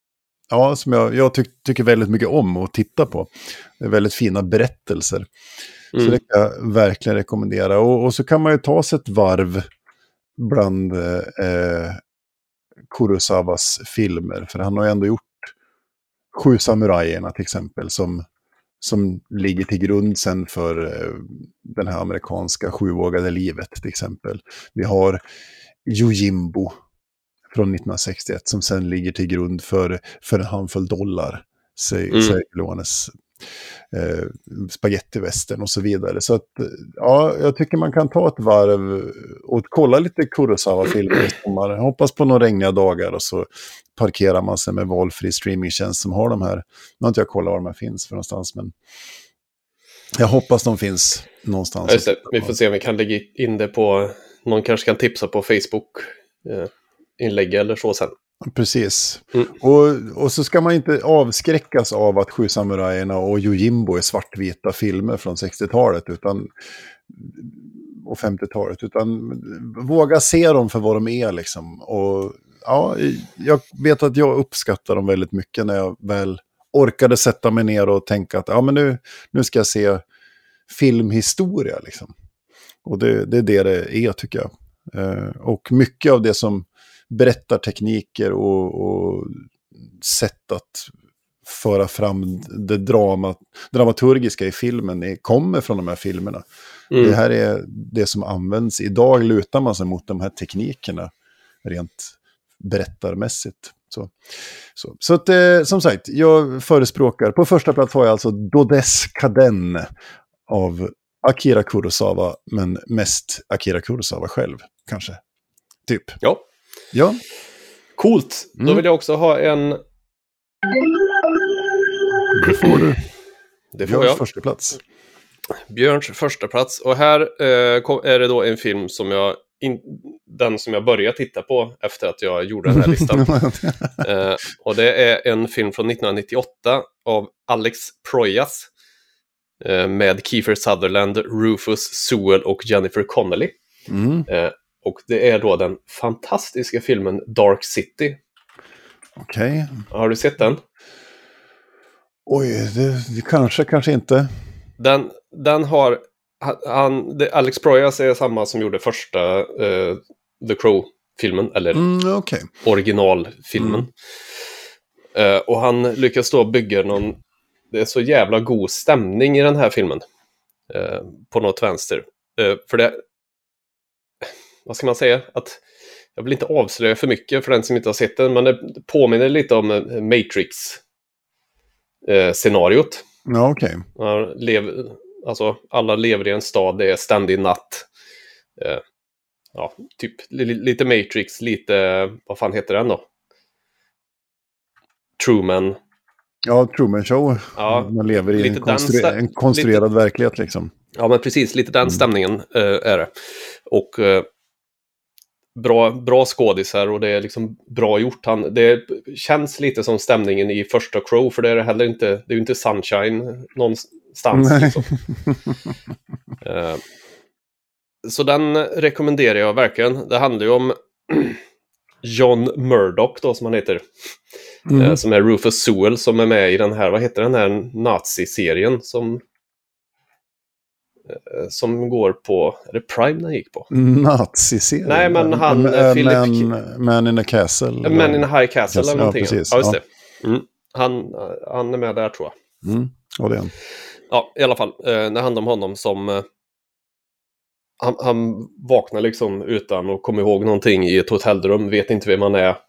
ja, som jag, jag ty- tycker väldigt mycket om att titta på. Det är väldigt fina berättelser. Mm. Så det kan jag verkligen rekommendera. Och, och så kan man ju ta sig ett varv bland eh, Kurosawas filmer. För han har ju ändå gjort Sju samurajerna till exempel, som, som ligger till grund sen för eh, den här amerikanska sjuvågade livet till exempel. Vi har Yojimbo från nittonhundrasextioett som sen ligger till grund för, för en handfull dollar. Sergio mm. Leones eh, spagettivästern och så vidare. Så att, ja, jag tycker man kan ta ett varv och kolla lite Kurosawa-filmer i sommar. Jag hoppas på några regniga dagar och så parkerar man sig med valfri streamingtjänst som har de här. Nu har inte jag kollat var de här finns för någonstans, men jag hoppas de finns någonstans. Just det. Vi får se om vi kan lägga in det på, någon kanske kan tipsa på Facebook eh, inlägg eller så sen. Precis. Mm. Och, och så ska man inte avskräckas av att Sju samurajerna och Yojimbo är svartvita filmer från sextiotalet utan, och femtiotalet, utan våga se dem för vad de är liksom. Och ja, jag vet att jag uppskattar dem väldigt mycket när jag väl orkade sätta mig ner och tänka att ja, men nu, nu ska jag se filmhistoria liksom. Och det, det är det det är, tycker jag. Eh, och mycket av det som berättartekniker och, och sätt att föra fram det drama, dramaturgiska i filmen är, kommer från de här filmerna. Mm. Det här är det som används. Idag lutar man sig mot de här teknikerna rent berättarmässigt. Så, så. så att, eh, som sagt, jag förespråkar, på första plats har jag alltså Dodes Kaden av Akira Kurosawa, men mest Akira Kurosawa själv, kanske. Typ. Ja. Ja. Coolt. Mm. Då vill jag också ha en... Det får du. Det får jag. Första plats. Björns första plats. Och här eh, är det då en film som jag... In, den som jag började titta på efter att jag gjorde den här listan. eh, och det är en film från nittonhundranittioåtta av Alex Proyas eh, med Kiefer Sutherland, Rufus Sewell och Jennifer Connelly. Mm. Eh, och det är då den fantastiska filmen Dark City. Okej. Okay. Har du sett den? Oj, det, det kanske, kanske inte. Den, den har... Han, det, Alex Proyas är samma som gjorde första uh, The Crow-filmen, eller mm, okay. originalfilmen. Mm. Uh, och han lyckas då bygga någon... Det är så jävla god stämning i den här filmen. Uh, på något vänster. Uh, för det... Vad ska man säga? Att jag vill inte avslöja för mycket för den som inte har sett den, men det påminner lite om Matrix-scenariot. Uh, ja, okej. Okay. Lev... Alltså, alla lever i en stad, det är ständig natt. Eh, ja, typ li- lite Matrix, lite, vad fan heter den då? Truman. Ja, Truman Show. Ja, man lever i en, konstru- stä- en konstruerad lite, verklighet liksom. Ja, men precis, lite den stämningen eh, är det. Och eh, bra, bra skådisar och det är liksom bra gjort. Han, det känns lite som stämningen i första Crow, för det är heller inte, det är ju inte sunshine någonstans. Liksom. uh, så den rekommenderar jag verkligen. Det handlar ju om John Murdoch då, som han heter. Mm. Uh, som är Rufus Sewell, som är med i den här, vad heter den här nazi-serien som uh, som går på, är det Prime den gick på? Nazi-serien? Nej, men han uh, Philip... Man, man in a Castle. Man in a High Castle eller någonting. Ja, precis. Ja, just ja. det. Mm. Han, han är med där, tror jag. Mm. Och det är han. Ja, i alla fall. Eh, det handlar om honom som... Eh, han, han vaknar liksom utan att komma ihåg någonting i ett hotellrum. Vet inte vem man är.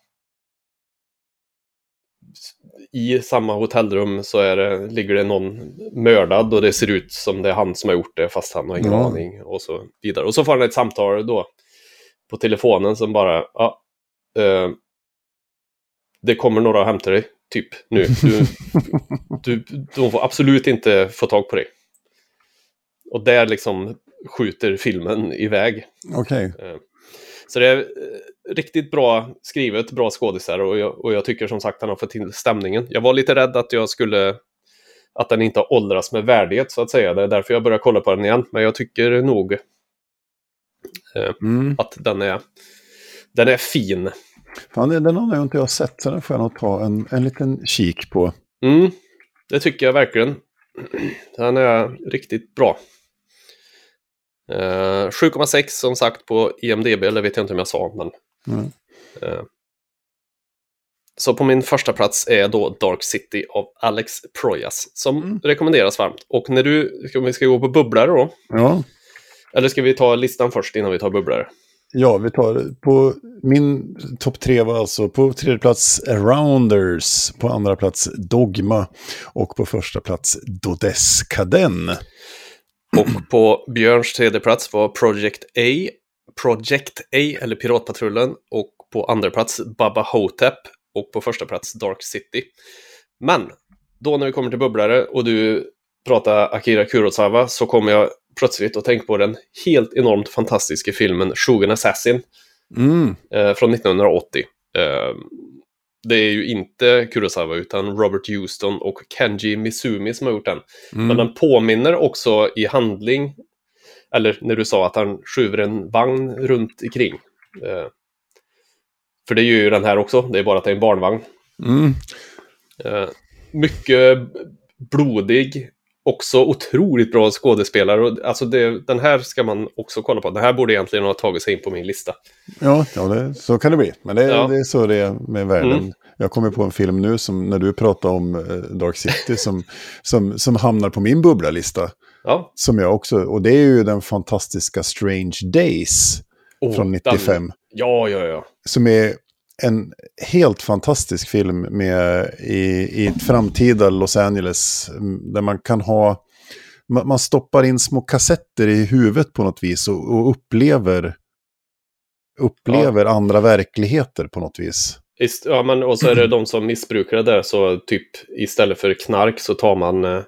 I samma hotellrum så är det, ligger det någon mördad. Och det ser ut som det är han som har gjort det. Fast han har ingen ja. aning. Och så vidare. Och så får han ett samtal då. På telefonen som bara... Ja, eh, det kommer några och hämtar dig. Typ nu. Du, du, de får absolut inte få tag på dig. Och där liksom skjuter filmen iväg. Okej. Okay. Så det är riktigt bra skrivet, bra skådisar. Och jag, och jag tycker som sagt att han har fått till stämningen. Jag var lite rädd att jag skulle... Att den inte har åldrats med värdighet, så att säga. Det är därför jag börjar kolla på den igen. Men jag tycker nog eh, mm. att den är... Den är fin. Fan, den har jag inte jag sett, så den får jag nog ta en, en liten kik på. Mm, det tycker jag verkligen. Den är riktigt bra. Uh, sju komma sex som sagt på I M D B, eller vet jag inte om jag sa, men... Mm. Uh, så på min första plats är då Dark City av Alex Proyas, som mm. rekommenderas varmt. Och när du, ska vi ska gå på bubblare då? Ja. Eller ska vi ta listan först innan vi tar bubblare? Ja, vi tar på min topp tre var alltså på tredje plats Rounders, på andra plats Dogma och på första plats Dodeskaden. Och på Björns tredje plats var Project A, Project A eller Piratpatrullen, och på andra plats Baba Hotep och på första plats Dark City. Men då när vi kommer till bubblare och du pratar Akira Kurosawa, så kommer jag plötsligt att tänka på den helt enormt fantastiska filmen Shogun Assassin mm. eh, från nittonhundraåttio. Eh, det är ju inte Kurosawa utan Robert Houston och Kenji Mizumi som har gjort den. Mm. Men den påminner också i handling, eller när du sa att han skjuver en vagn runt omkring. Eh, för det är ju den här också, det är bara att det är en barnvagn. Mm. Eh, mycket blodig, också otroligt bra skådespelare. Och, alltså det, den här ska man också kolla på. Den här borde egentligen ha tagit sig in på min lista. Ja, ja det, så kan det bli. Men det, ja. det är så det är med världen. Mm. Jag kommer på en film nu som när du pratar om eh, Dark City som, som, som hamnar på min bubblalista. Ja. Som jag också, och det är ju den fantastiska Strange Days oh, från nittiofem. Den, ja, ja, ja. Som är en helt fantastisk film med i, i ett framtida Los Angeles där man kan ha, man, man stoppar in små kassetter i huvudet på något vis och, och upplever upplever ja. andra verkligheter på något vis. Ja, men och så är det de som missbrukar det där, så typ istället för knark så tar man eh,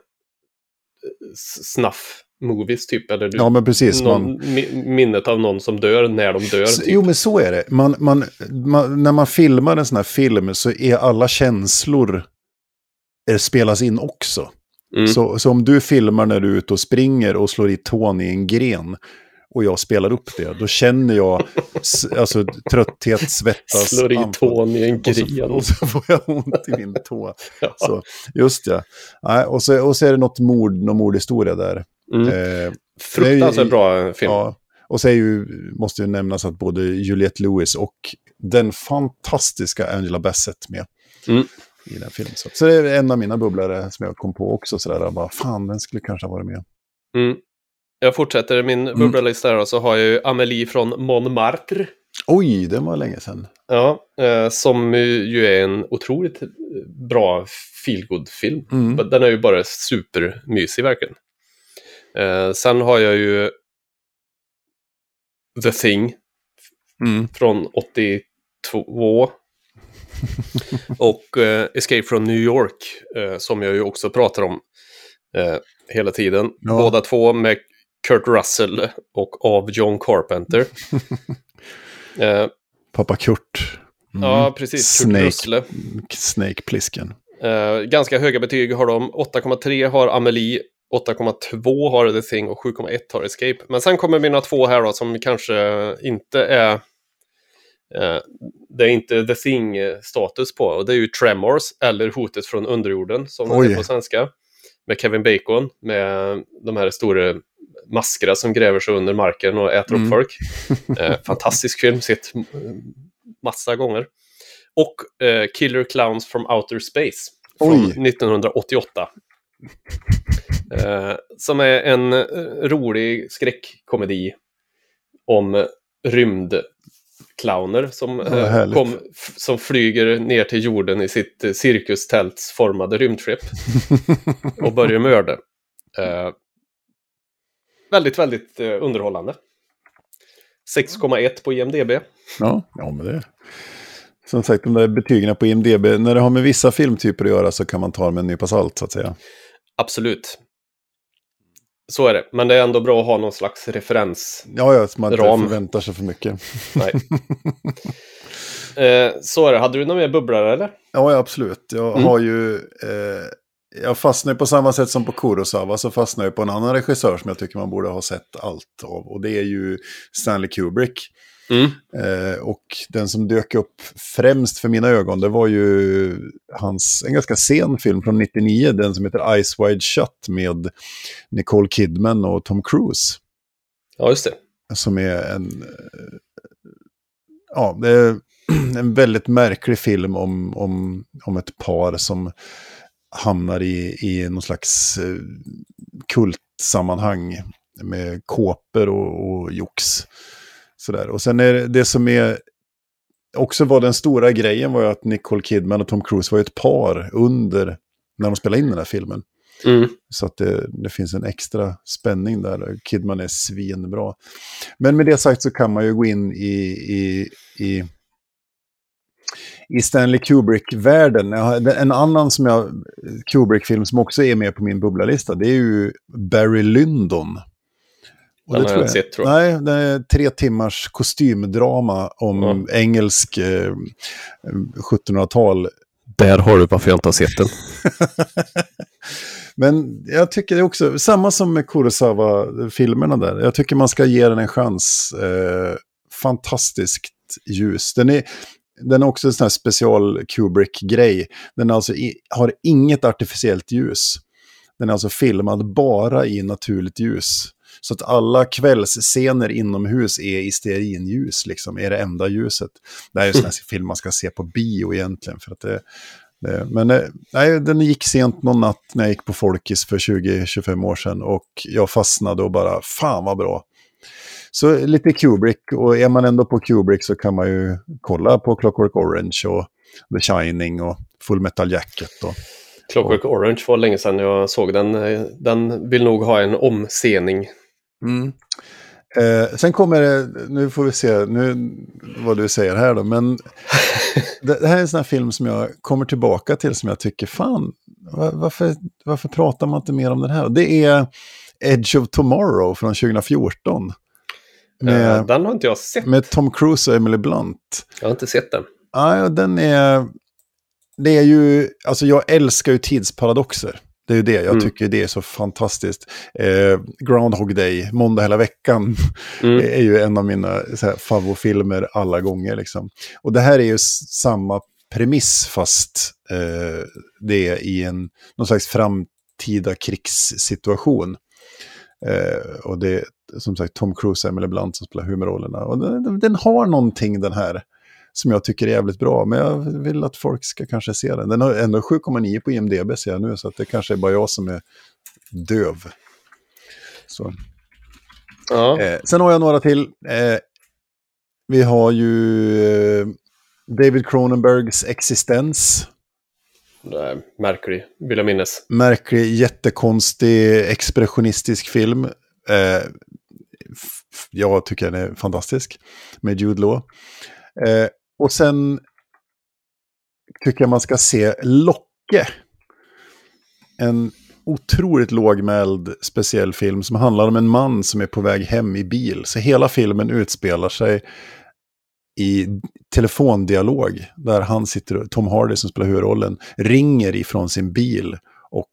snuff movies typ, eller du, ja, men precis, någon, man... minnet av någon som dör när de dör. Så, typ. Jo, men så är det. Man, man, man, när man filmar en sån här film så är alla känslor är, spelas in också. Mm. Så, så om du filmar när du är ute och springer och slår i tån i en gren och jag spelar upp det, då känner jag alltså, trötthet, svettas. Slår i tån i en gren. Och så, och så får jag ont i min tå. Ja. Så, just ja. Nej, och, så, och så är det något mord, någon mordhistoria där. Mm. Eh, Fruktansvärt bra film. Ja, och så är ju, måste ju nämnas att både Juliette Lewis och den fantastiska Angela Bassett med mm. i den filmen. Så, så det är en av mina bubblare som jag kom på också. Så där, bara, fan, den skulle kanske ha varit med. Mm. Jag fortsätter min mm. bubblalista här, och så har jag ju Amélie från Montmartre. Oj, den var länge sedan. Ja, eh, som ju är en otroligt bra feelgood-film. Mm. Den är ju bara supermysig verkligen. Eh, sen har jag ju The Thing mm. från åttiotvå och eh, Escape from New York eh, som jag ju också pratar om eh, hela tiden. Ja. Båda två med Kurt Russell och av John Carpenter. eh, Pappa Kurt. Mm. Ja, precis. Snake, Russell. Snake Plissken. Eh, ganska höga betyg har de. åtta komma tre har Amélie, åtta komma två har The Thing och sju komma ett har Escape. Men sen kommer mina två här då, som kanske inte är eh, det är inte The Thing-status på. Och det är ju Tremors eller Hotet från underjorden som det är på svenska. Med Kevin Bacon, med de här stora maskerna som gräver sig under marken och äter mm. upp folk. Eh, fantastisk film, sett massa gånger. Och eh, Killer Clowns from Outer Space från Oj. nittonhundraåttioåtta. Eh, som är en eh, rolig skräckkomedi om rymdclowner som, eh, kom, f- som flyger ner till jorden i sitt eh, cirkustältsformade rymdskepp och börjar mörda. Eh, väldigt, väldigt eh, underhållande. sex komma ett på I M D B. Ja, ja, men det som sagt, de där betygen på I M D B, när det har med vissa filmtyper att göra så kan man ta med en nypa salt, så att säga. Absolut. Så är det. Men det är ändå bra att ha någon slags referens. Ja, ja, så man inte förväntar sig för mycket. Nej. eh, så är det. Hade du någon mer bubblare, eller? Ja, ja absolut. Jag mm. har ju... Eh, jag fastnar på samma sätt som på Kurosawa, så fastnar jag på en annan regissör som jag tycker man borde ha sett allt av. Och det är ju Stanley Kubrick. Mm. Eh, och den som dök upp främst för mina ögon, det var ju hans, en ganska sen film från nittionio, den som heter Eyes Wide Shut med Nicole Kidman och Tom Cruise. Ja, just det. Som är en, ja, det är en väldigt märklig film om, om, om ett par som hamnar i, i någon slags kultsammanhang med kåpor och, och jox. Sådär. Och sen är det, det som är också var den stora grejen var ju att Nicole Kidman och Tom Cruise var ju ett par under när de spelade in den här filmen. Mm. Så att det, det finns en extra spänning där. Kidman är svinbra. Men med det sagt så kan man ju gå in i, i, i, i Stanley Kubrick-världen. En annan som jag, Kubrick-film som också är med på min bubblalista, det är ju Barry Lyndon. Och den det har tror jag inte sett, tror jag. Nej, det är tre timmars kostymdrama om Ja. engelsk eh, sjuttonhundratal. Där har du varför jag inte har sett den. Men jag tycker det är också, samma som med Kurosawa-filmerna där, jag tycker man ska ge den en chans. Eh, fantastiskt ljus. Den är, den är också en sån här special Kubrick-grej. Den alltså i, har inget artificiellt ljus. Den är alltså filmad bara i naturligt ljus. Så att alla kvällsscener inomhus är i stearinljus, liksom, är det enda ljuset. Det här är ju sån här film man ska se på bio egentligen. För att det, det, men nej, den gick sent någon natt när jag gick på Folkis för tjugo till tjugofem år sedan. Och jag fastnade och bara, fan vad bra. Så lite Kubrick, och är man ändå på Kubrick så kan man ju kolla på Clockwork Orange och The Shining och Full Metal Jacket och... Clockwork Orange var länge sedan jag såg den. Den vill nog ha en omsening. Mm. Eh, sen kommer det, nu får vi se nu, vad du säger här då, men det, det här är en sån här film som jag kommer tillbaka till som jag tycker, fan, var, varför, varför pratar man inte mer om den här? Det är Edge of Tomorrow från tjugo fjorton. Med, uh, den har inte jag sett. Med Tom Cruise och Emily Blunt. Jag har inte sett den. Ja, den är... Det är ju... Alltså jag älskar ju tidsparadoxer. Det är ju det. Jag mm. tycker det är så fantastiskt. Eh, Groundhog Day, måndag hela veckan, mm. är ju en av mina så här, favoritfilmer alla gånger. Liksom. Och det här är ju samma premiss, fast eh, det är i en någon slags framtida krigssituation. Eh, och det är som sagt Tom Cruise och Emily Blunt som spelar huvudrollerna. Och den, den har någonting, den här, som jag tycker är jävligt bra. Men jag vill att folk ska kanske se den. Den har ändå sju komma nio på I M D B ser jag nu. Så att det kanske är bara jag som är döv. Så. Ja. Eh, sen har jag några till. Eh, vi har ju eh, David Cronenbergs Existens. Det är märklig, vill jag minnas. Märklig, jättekonstig, expressionistisk film. Eh, f- jag tycker den är fantastisk. Med Jude Law. Eh, och sen tycker jag man ska se Locke. En otroligt lågmäld speciell film som handlar om en man som är på väg hem i bil. Så hela filmen utspelar sig i telefondialog där han sitter, Tom Hardy som spelar huvudrollen, ringer ifrån sin bil och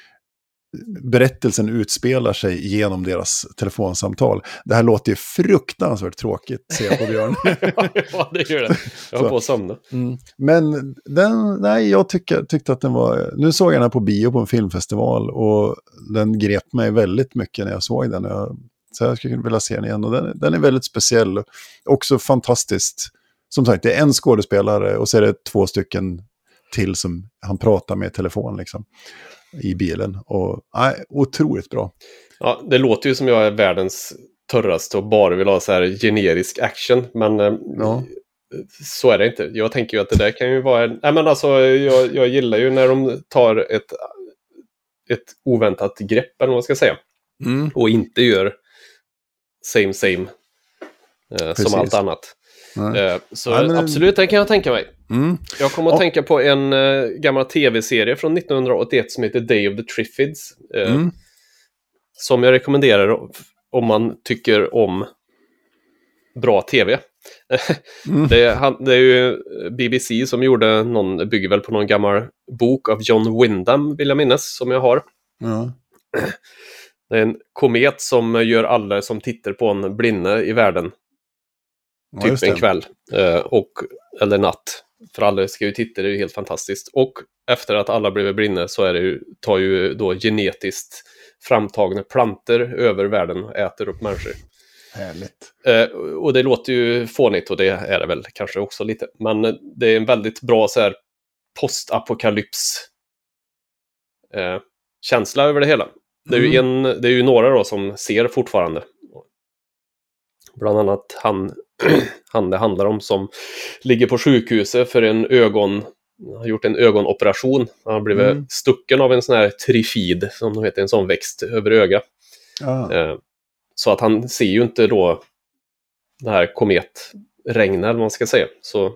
berättelsen utspelar sig genom deras telefonsamtal. Det här låter ju fruktansvärt tråkigt, ser jag på Björn. Ja, det gör det. Jag har på att somna. Mm. Men den, nej, jag tycker, tyckte att den var... Nu såg jag den här på bio på en filmfestival och den grep mig väldigt mycket när jag såg den. Jag, så jag skulle vilja se den igen och den, den är väldigt speciell. Också fantastiskt. Som sagt, det är en skådespelare och så är det två stycken till som han pratar med i telefon liksom. I bilen. Och nej, otroligt bra. Ja, det låter ju som jag är världens törraste och bara vill ha så här generisk action. Men ja. Så är det inte. Jag tänker ju att det där kan ju vara... Nej, men alltså, jag, jag gillar ju när de tar ett, ett oväntat grepp, eller vad man ska säga. Mm. Och inte gör same same eh, som allt annat. Eh, så ja, men... absolut, det kan jag tänka mig. Mm. Jag kommer att oh. tänka på en uh, gammal tv-serie från nittonhundraåttioett som heter Day of the Triffids. Uh, mm. Som jag rekommenderar om man tycker om bra tv. mm. det, han, det är ju B B C som gjorde någon, bygger väl på någon gammal bok av John Wyndham, vill jag minnas, som jag har. Mm. Det är en komet som gör alla som tittar på en blinda i världen. Ja, typ just det. en kväll. Eh, och, eller natt. För alla ska ju titta, det är ju helt fantastiskt. Och efter att alla blivit brinna så är det ju, tar ju då genetiskt framtagna planter över världen och äter upp människor. Härligt. Eh, och det låter ju fånigt, och det är det väl kanske också lite. Men det är en väldigt bra så här postapokalyps eh, känsla över det hela. Det är, ju en, det är ju några då som ser fortfarande. Bland annat han, han det handlar om som ligger på sjukhuset för en ögon, har gjort en ögonoperation. Han har blivit mm. stucken av en sån här trifid, som de heter, en sån växt över öga. Ah. Eh, så att han ser ju inte då det här kometregnet, eller vad man ska säga. Så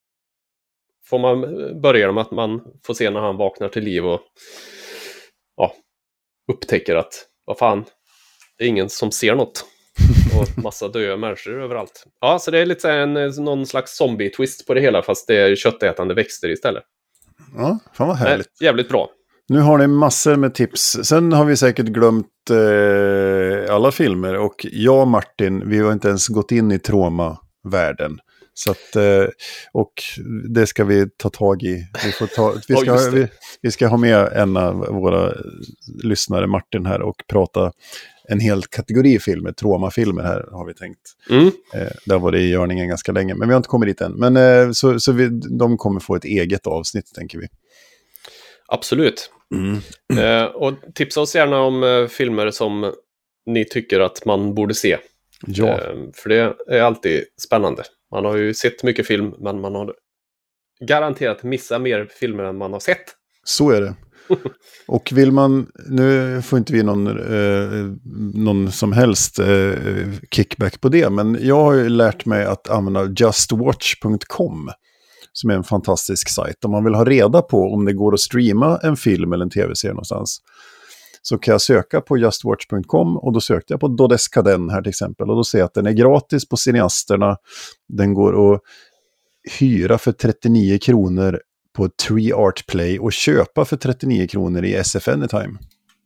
får man börja med att man får se när han vaknar till liv och ja, upptäcker att vad fan, det är ingen som ser något. Och massa döda människor överallt. Ja, så det är lite en, någon slags zombie-twist på det hela, fast det är köttätande växter istället. Ja, fan vad härligt. Nej, jävligt bra. Nu har ni massor med tips. Sen har vi säkert glömt eh, alla filmer. Och jag och Martin, vi har inte ens gått in i trauma-världen. Så att, eh, och det ska vi ta tag i. Vi, får ta, vi, ska, ja, vi, vi ska ha med en av våra lyssnare, Martin, här och prata en hel kategori filmer, traumafilmer här har vi tänkt. Mm. Eh, där var det i görningen ganska länge, men vi har inte kommit dit än. Men eh, så, så vi, de kommer få ett eget avsnitt, tänker vi. Absolut. Mm. Eh, och tipsa oss gärna om eh, filmer som ni tycker att man borde se. Ja. Eh, för det är alltid spännande. Man har ju sett mycket film, men man har garanterat missat mer filmer än man har sett. Så är det. Och vill man, nu får inte vi någon, eh, någon som helst eh, kickback på det, men jag har ju lärt mig att använda just watch punkt com som är en fantastisk sajt. Om man vill ha reda på om det går att streama en film eller en tv-serie någonstans, så kan jag söka på just watch punkt com, och då sökte jag på Dodescaden här till exempel, och då ser jag att den är gratis på Cineasterna. Den går att hyra för trettionio kronor på Tree Art Play och köpa för trettionio kronor i S F Anytime.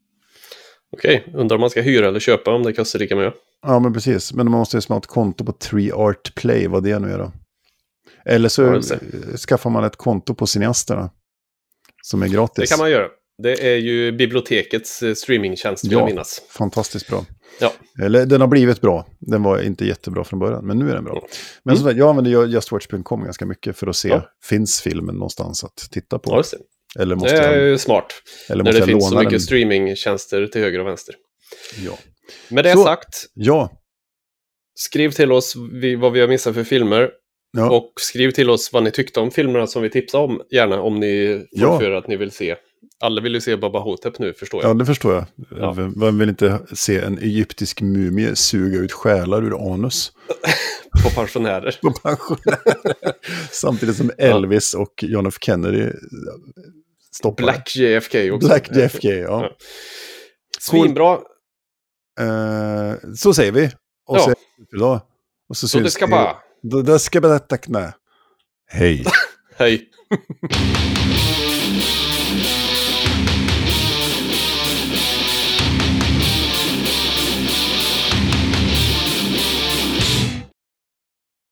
Okej, undrar om man ska hyra eller köpa, om det kostar lika mycket. Ja, men precis. Men man måste ju ha ett konto på Tree Art Play, vad det nu är då. Eller så ja, skaffar man ett konto på Cineasterna som är gratis. Det kan man göra. Det är ju bibliotekets streamingtjänst, vill jag minnas. Fantastiskt bra. Ja. Eller den har blivit bra. Den var inte jättebra från början, men nu är den bra. Mm. Men så, jag använder just watch punkt com ganska mycket för att se, ja. Finns filmen någonstans att titta på? Ja, just det. Eller måste det är jag, ju smart. Eller när måste det jag finns så låna mycket den? streamingtjänster till höger och vänster. Ja. Med det så, sagt, ja. skriv till oss vad vi har missat för filmer. Ja. Och skriv till oss vad ni tyckte om filmerna som vi tipsade om. Gärna om ni får för att ni vill se. Alla vill ju se Baba Hotep nu, förstår jag. Ja, det förstår jag. Ja. Vem vill inte se en egyptisk mumie suga ut själar ur anus? På pensionärer. På pensionärer. Samtidigt som Elvis ja. och John F. Kennedy stoppar. Black J F K också. Black J F K, ja. ja. Svinbra. Uh, så säger vi. Och ja. så idag. Och så, så det ska bara... Det ska bara tackna. Hej. Hej.